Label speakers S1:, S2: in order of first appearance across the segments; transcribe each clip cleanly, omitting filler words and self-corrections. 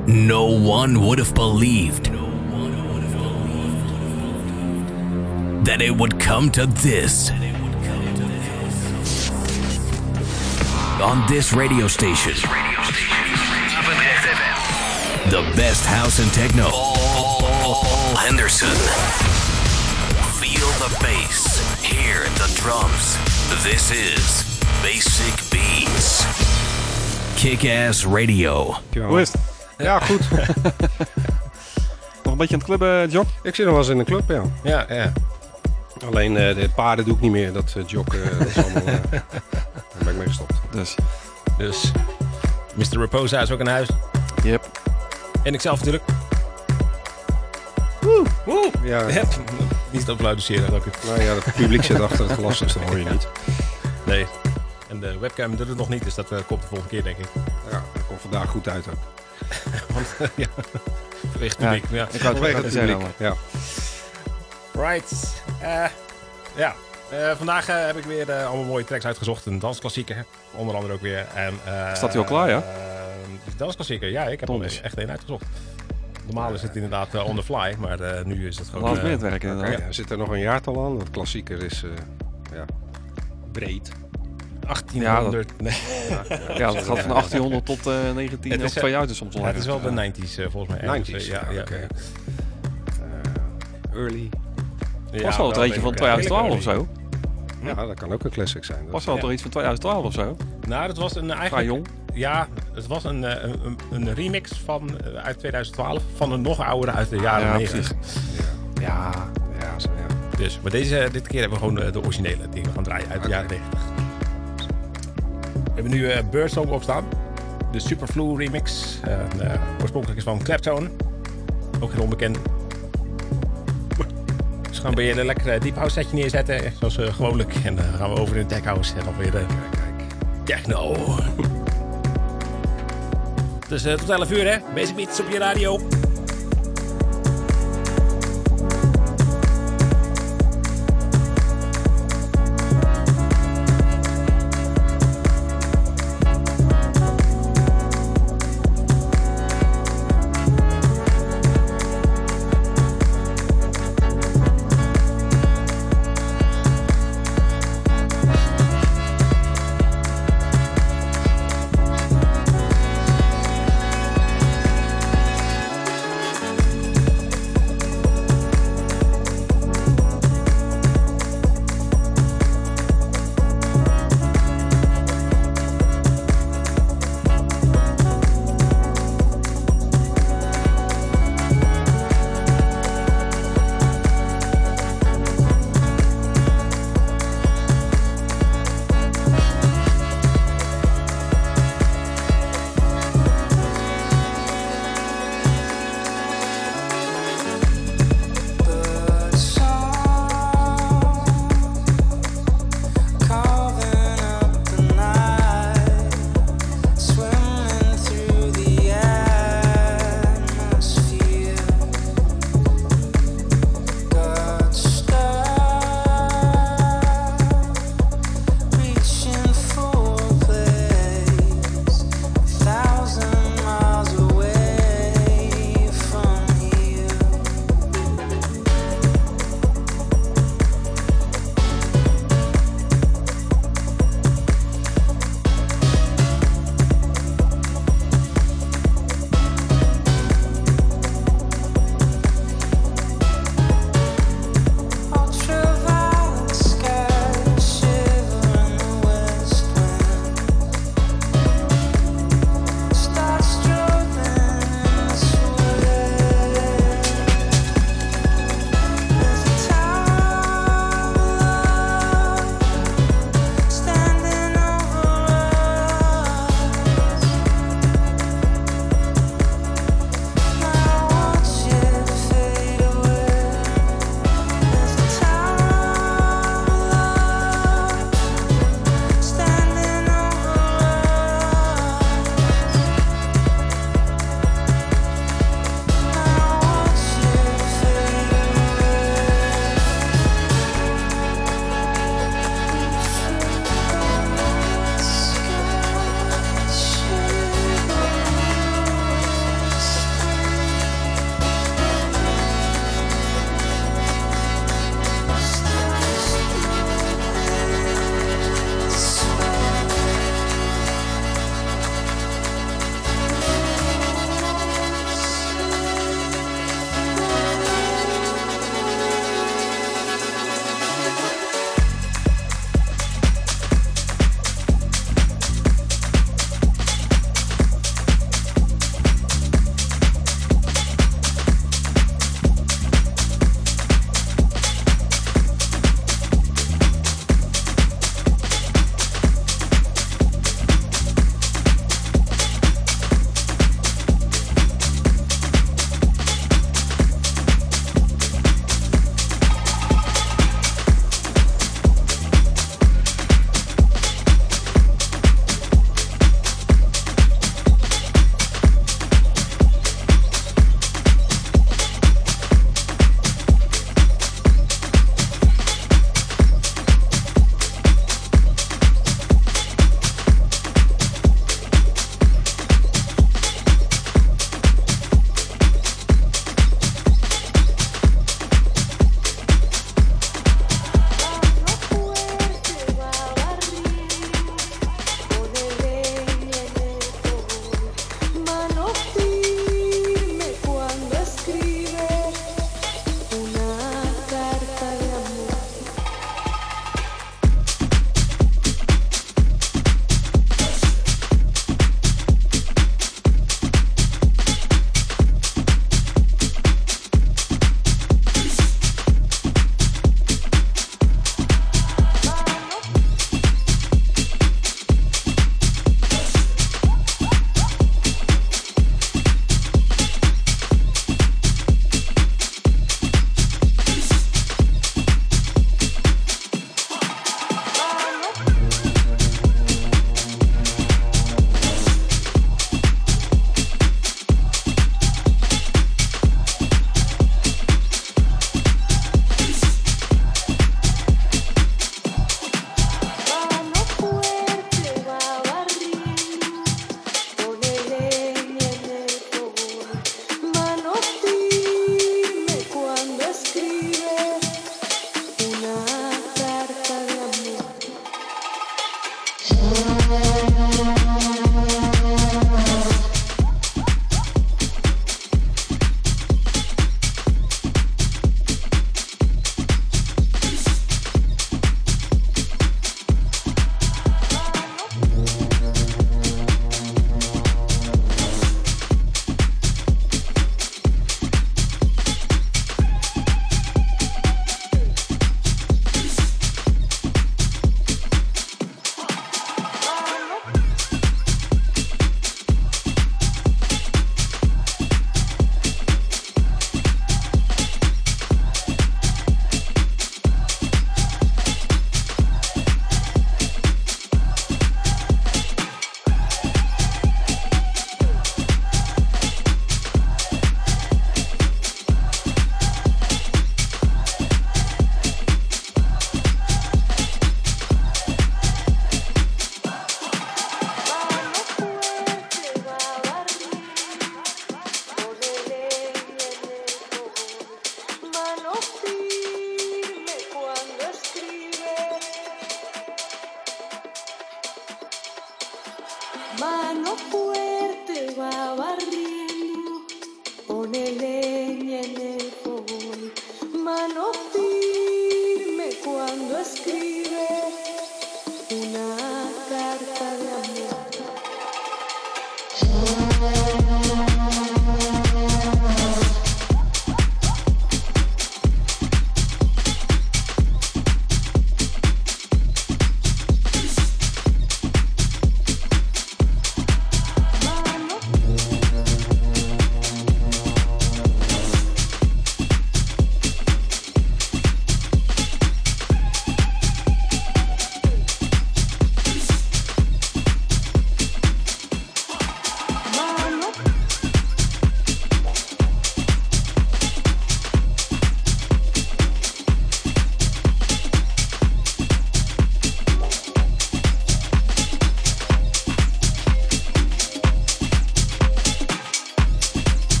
S1: No one would have believed that it would come to this. On this radio station, the best house and techno. Paul Henderson. Feel the bass. Hear the drums. This is Basic Beats. Kick-Ass Radio.
S2: Hoe is het? Ja, goed.
S3: Nog een beetje aan het clubben, Jock?
S2: Ik zit nog wel eens in een club, ja.
S4: Ja.
S2: Alleen de paarden doe ik niet meer. Dat joggen, dat is allemaal... daar ben ik mee gestopt.
S4: Dus Mr. Raposa is ook in huis.
S3: Yep.
S4: En ikzelf natuurlijk. Woe!
S2: Ja.
S4: Niet te applaudisseren, dank u.
S2: Nou ja, het publiek zit achter het glas, dus dat hoor je niet.
S4: Nee. En de webcam doet het nog niet, dus dat komt de volgende keer, denk ik.
S2: Ja, dat komt vandaag goed uit ook.
S4: Want, ja, vanwege het publiek. Ja.
S3: Ik wou het zeggen.
S2: Ja.
S4: Right. Vandaag heb ik weer allemaal mooie tracks uitgezocht. Een dansklassieker, onder andere ook weer. En,
S3: Staat hij al klaar, ja?
S4: Dansklassieker, ja. Ik heb er echt één uitgezocht. Normaal is het inderdaad on the fly, maar nu is het gewoon...
S3: Laat meer het werken inderdaad.
S2: Okay, er zit er nog een jaartal aan. Het klassieker is breed.
S4: 1800.
S3: Ja, dat gaat van 1800 tot 19 of 2000 soms al.
S4: Het is wel de 90s volgens mij.
S2: 90s,
S4: ja.
S2: Early.
S3: Was wel het eentje van 2012 of zo?
S2: Ja, dat kan ook een classic zijn.
S3: Was wel toch iets van 2012 of zo?
S4: Nou, dat was eigenlijk...
S3: Vrij jong.
S4: Ja, het was een remix uit 2012 van een nog oudere uit de jaren 90.
S3: Ja.
S4: Dus, maar dit keer hebben we gewoon de originele die we gaan draaien uit de jaren 90. We hebben nu Birdsong opstaan. De Superflu remix. Oorspronkelijk is van Claptone. Ook heel onbekend. Dus gaan we weer een lekker deep house setje neerzetten. Zoals gewoonlijk. En dan gaan we over in de tech house. En dan weer techno. Dus tot 11 uur, hè. Basic Beats op je radio.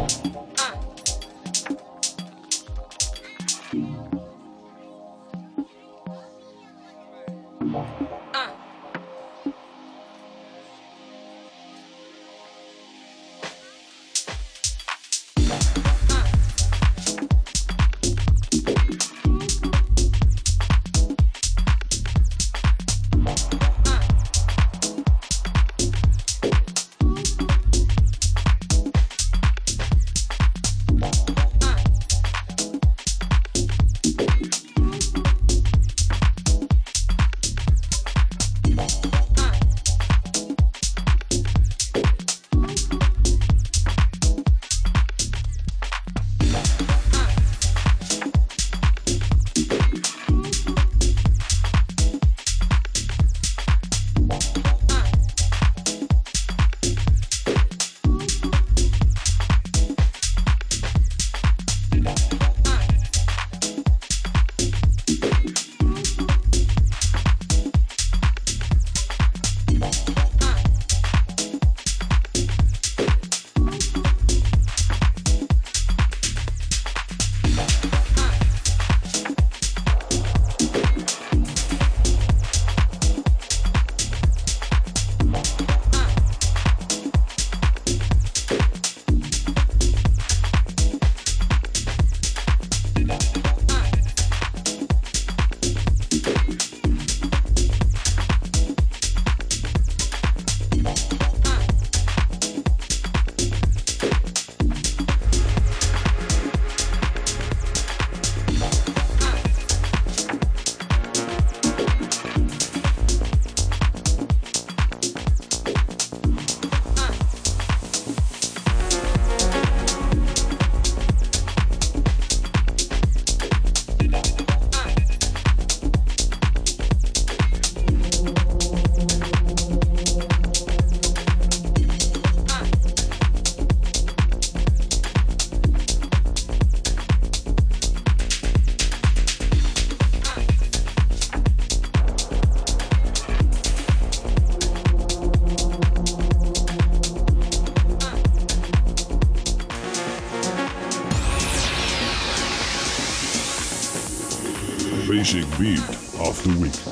S5: Basic Beat of the Week.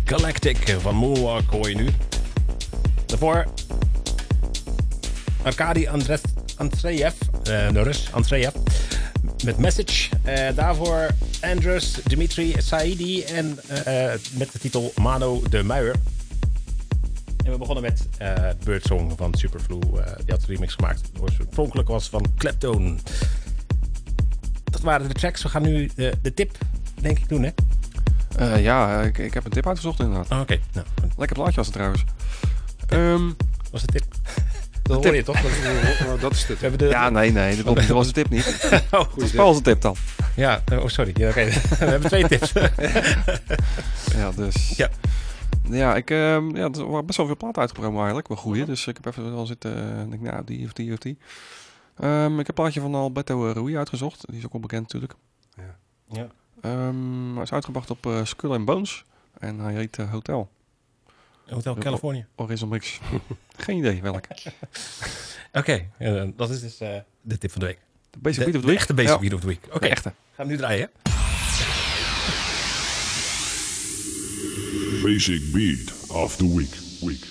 S4: Galactic van Moonwalk hoor je nu. Daarvoor Arkady Andreev, Rus, Andreev, met Message. Daarvoor Andrus Dimitri Saidi en met de titel Mano de Muier. En we begonnen met Birdsong van Superflu. Die had een remix gemaakt. Die oorspronkelijk was van Kleptone. Dat waren de tracks. We gaan nu de tip, denk ik, doen, hè?
S3: Ik heb een tip uitgezocht inderdaad.
S4: Oh, oké. Nou,
S3: Lekker plaatje was het trouwens.
S4: was de tip? Dat hoor je toch?
S2: Dat is dit.
S4: We hebben
S3: Dat was de tip niet.
S4: Oh,
S3: Het spel was de tip dan.
S4: ja, sorry. Ja, oké. We hebben 2 tips.
S3: Ja, dus...
S4: Ja.
S3: Ja, er waren best wel veel platen uitgekomen eigenlijk. Wel goeie. Dus ik heb even wel zitten... denk, nou, die of die of die. Ik heb een plaatje van Alberto Rui uitgezocht. Die is ook wel bekend natuurlijk.
S4: Ja.
S3: Hij is uitgebracht op Skull and Bones. En hij heet Hotel.
S4: Hotel California.
S3: Horizon Mix. Geen idee welke.
S4: Oké, dat is dus de tip van de week.
S3: De Basic Beat of the
S4: De
S3: Week.
S4: echte Basic Beat of the Week. Oké,
S3: De echte.
S4: gaan we nu draaien, hè?
S5: Basic Beat of the Week. Week.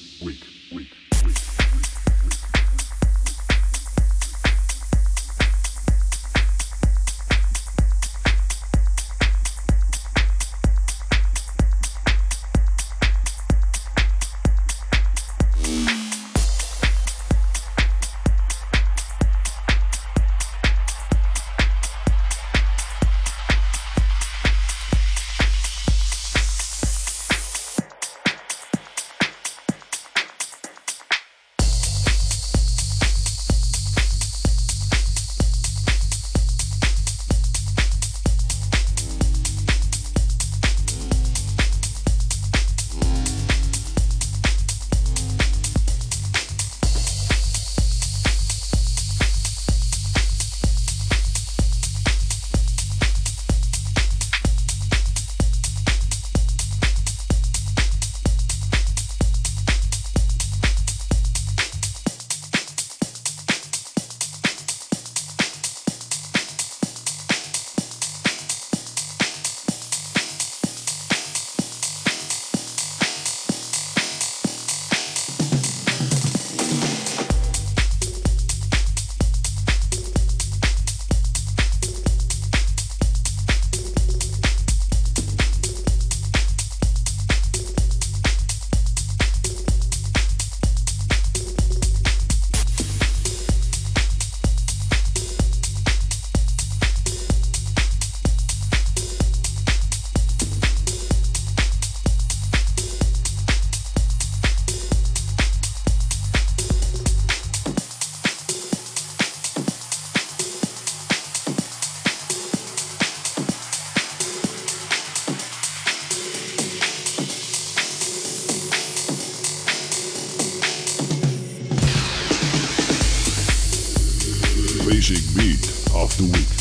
S5: Basic Beat of the Week.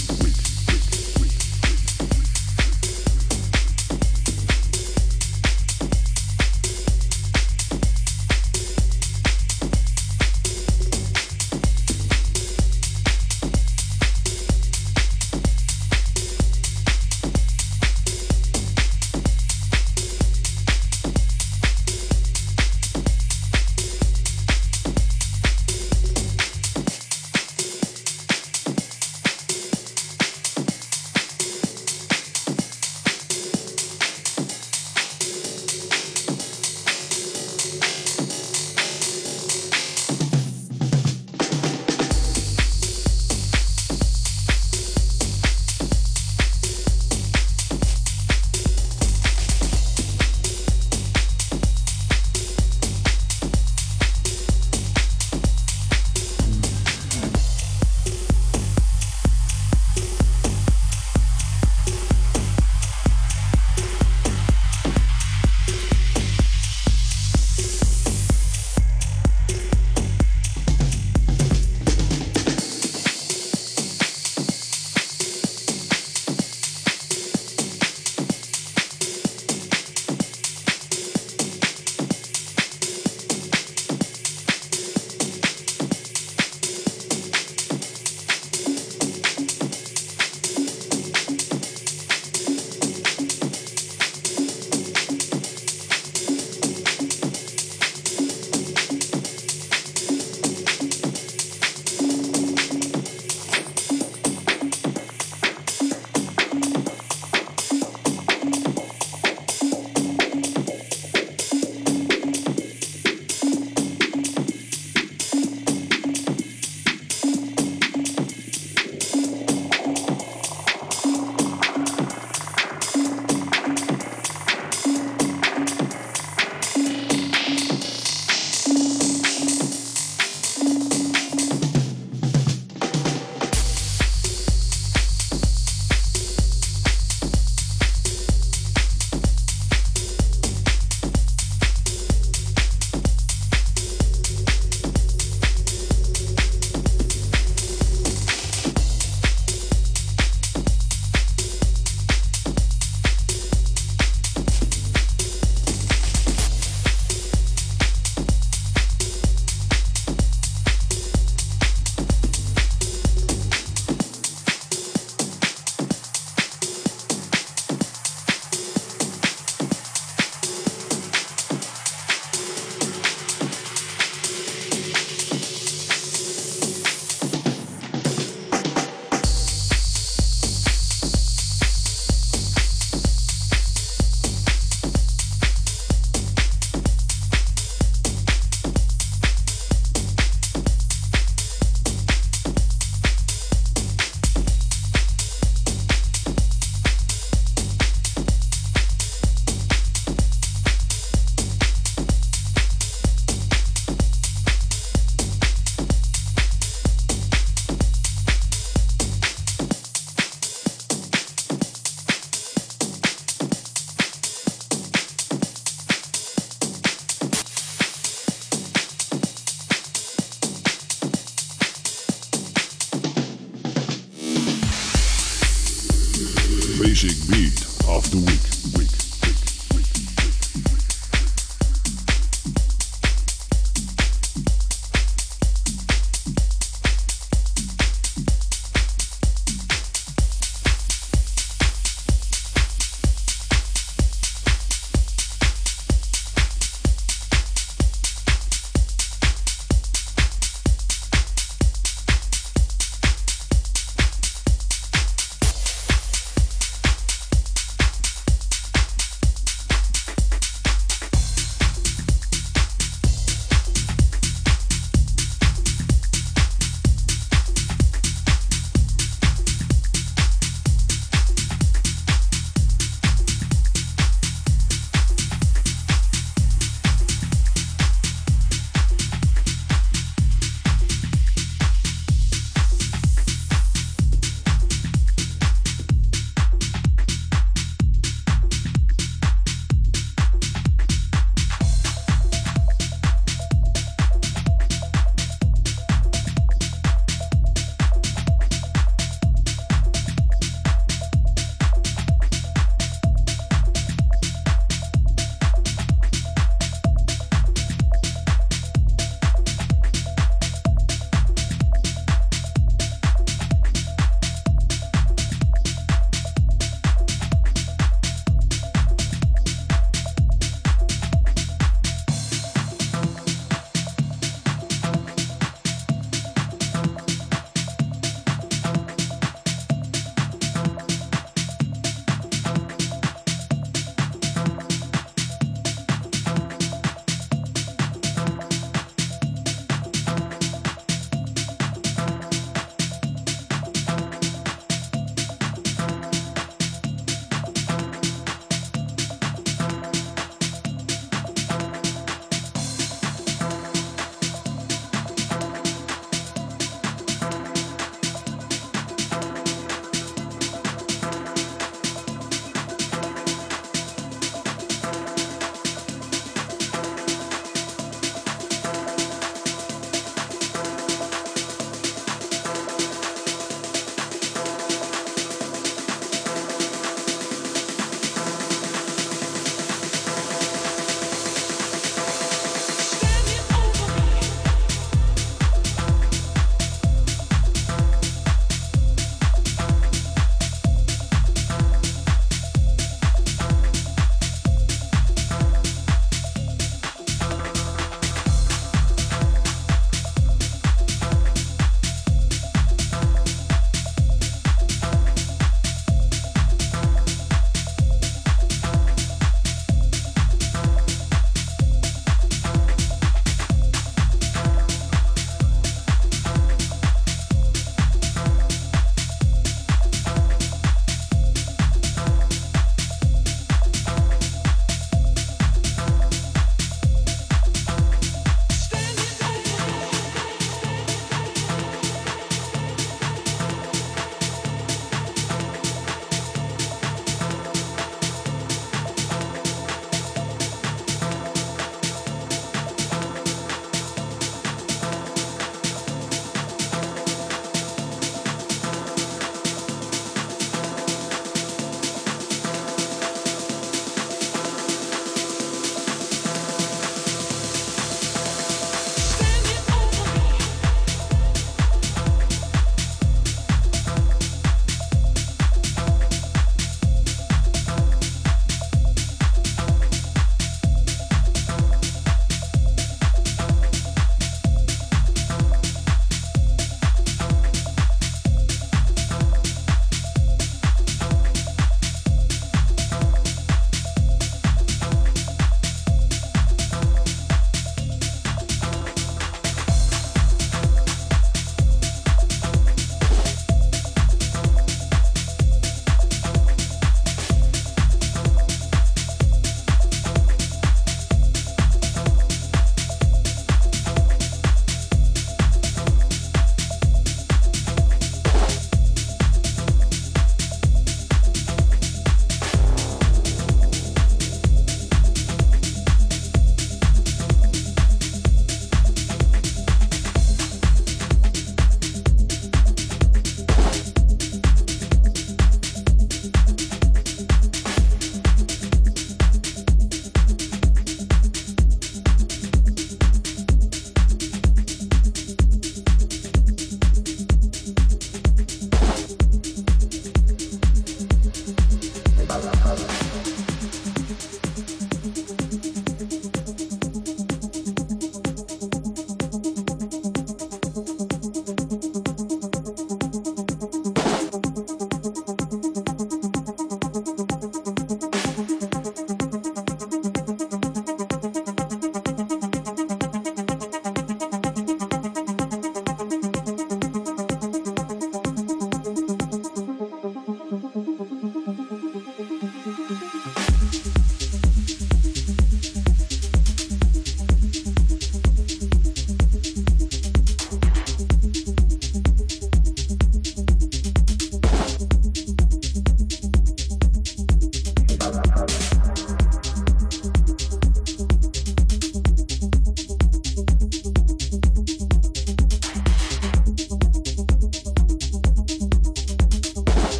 S5: Basic Beat of the Week.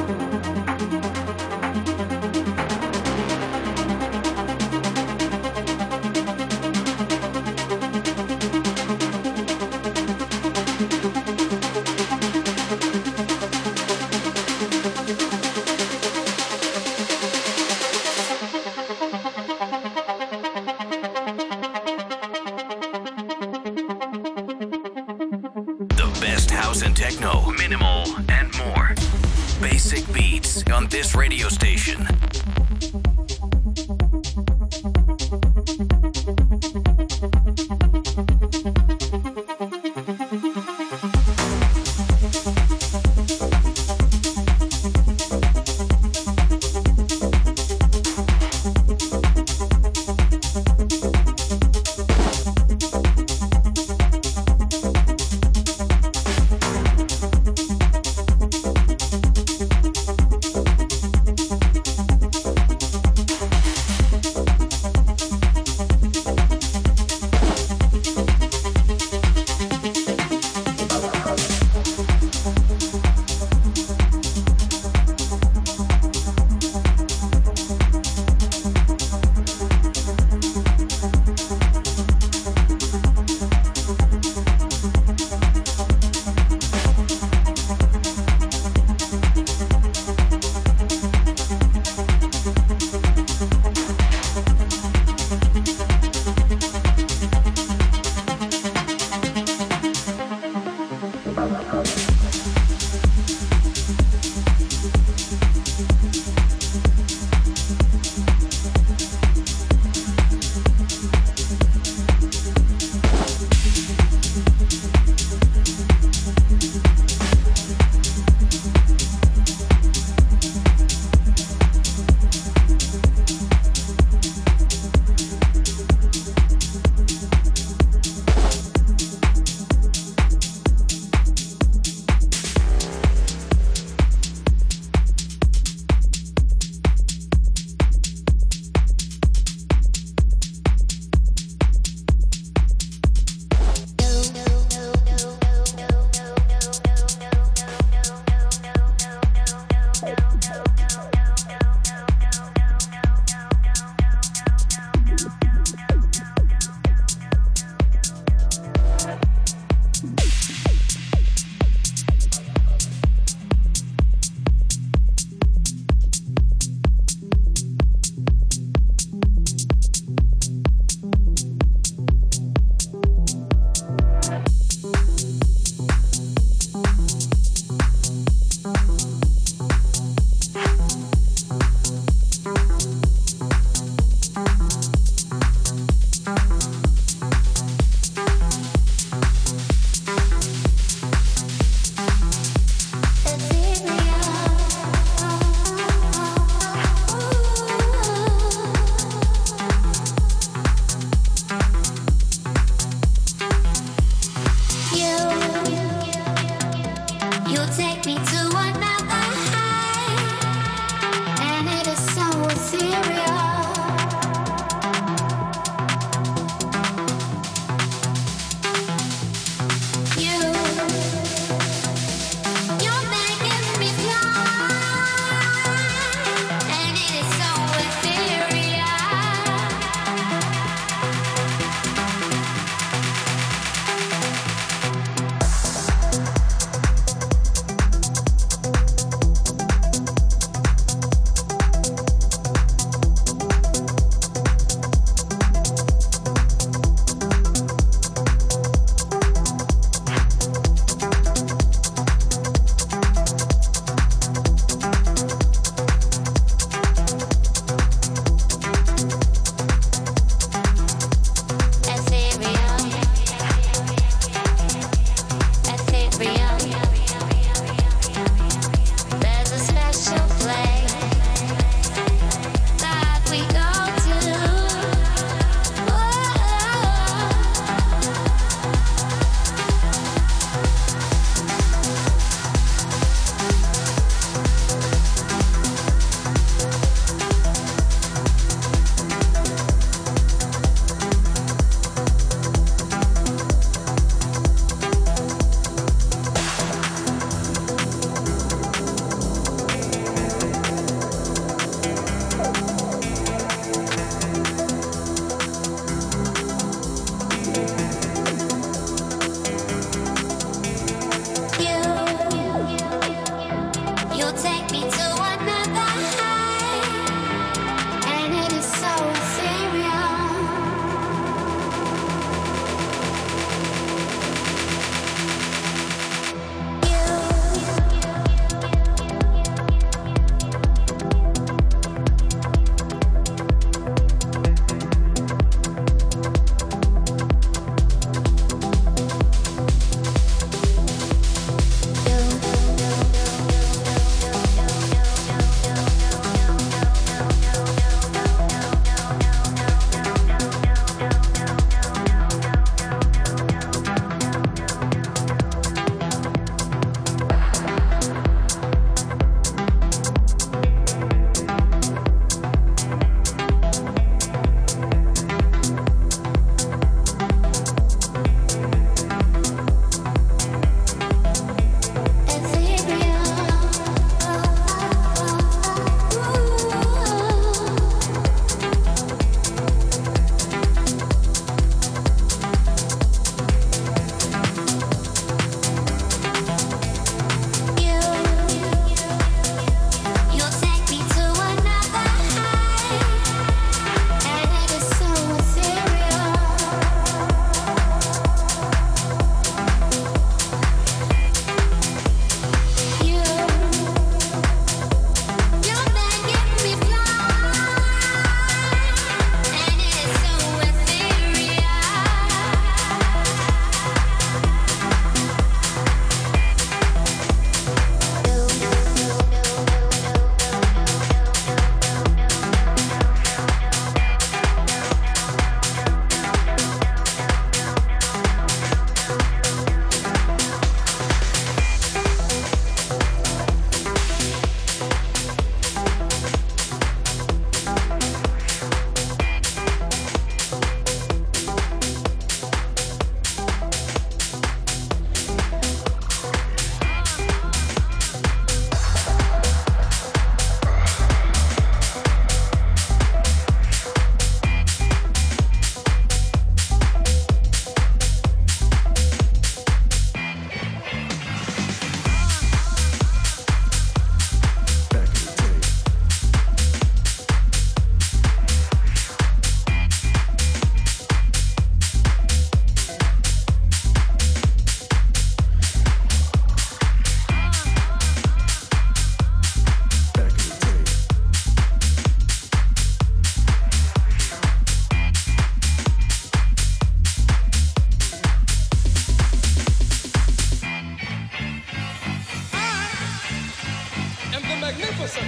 S1: Techno, minimal, and more. Basic beats on this radio station.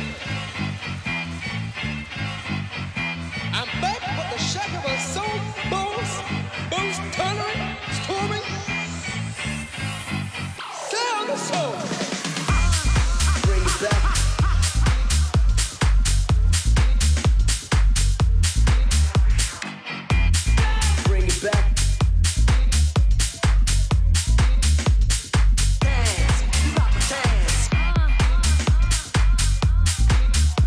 S6: I'm back with the shack of a soul bones thundering, storming, sound of soul. Bring it back. Bring it back. Dance, you got to dance.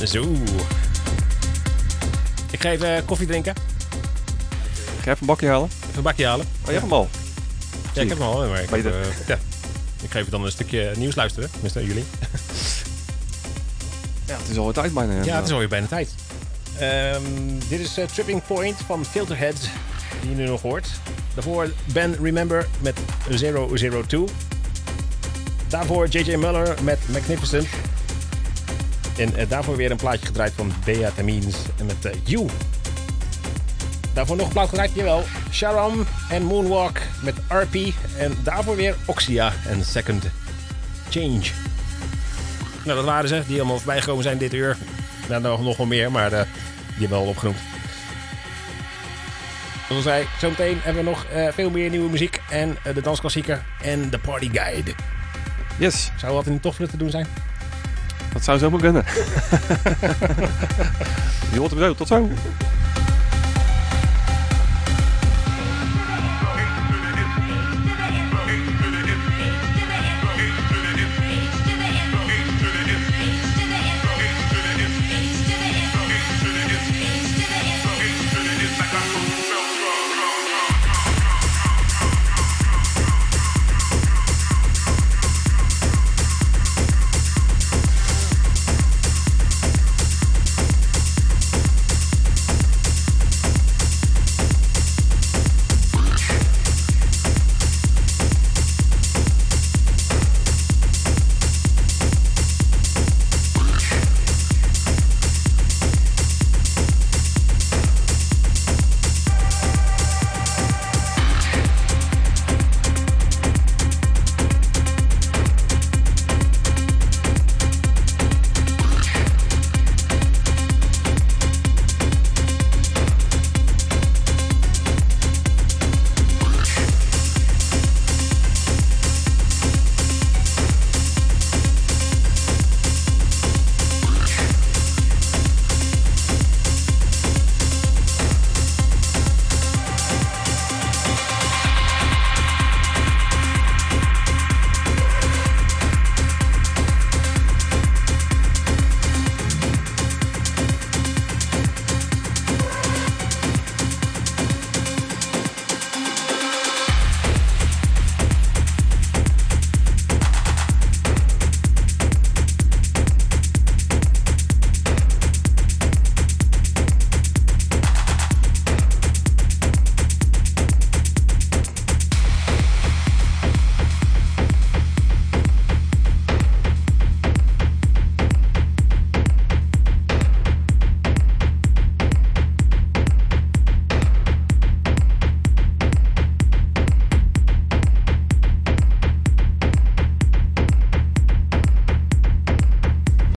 S4: Zo. Ik ga even koffie drinken.
S3: Ga je even een bakje halen?
S4: Even een bakje halen.
S3: Oh, je hebt hem al.
S4: Ja, ik heb hem al. Maar ik,
S3: Beter.
S4: ik ga even dan een stukje nieuws luisteren. Tenminste, jullie.
S3: Ja, het is alweer tijd bijna.
S4: Ja, het is alweer bijna tijd. Dit is Tripping Point van Filterhead, die je nu nog hoort. Daarvoor Ben Remember met 002. Daarvoor J.J. Muller met Magnificent. En daarvoor weer een plaatje gedraaid van Bea Tamines met You. Daarvoor nog een plaat gedraaid, jawel. Sharam en Moonwalk met RP. En daarvoor weer Oxia en Second Change. Nou, dat waren ze, die allemaal voorbij gekomen zijn dit uur. Nou, nog wel meer, maar die hebben we al opgenoemd. Zoals ik zei, zometeen hebben we nog veel meer nieuwe muziek. En de dansklassieker en de party guide.
S3: Yes.
S4: Zou wat in toffer te doen zijn?
S3: Dat zou zomaar kunnen. Je hoort hem zo. Tot zo.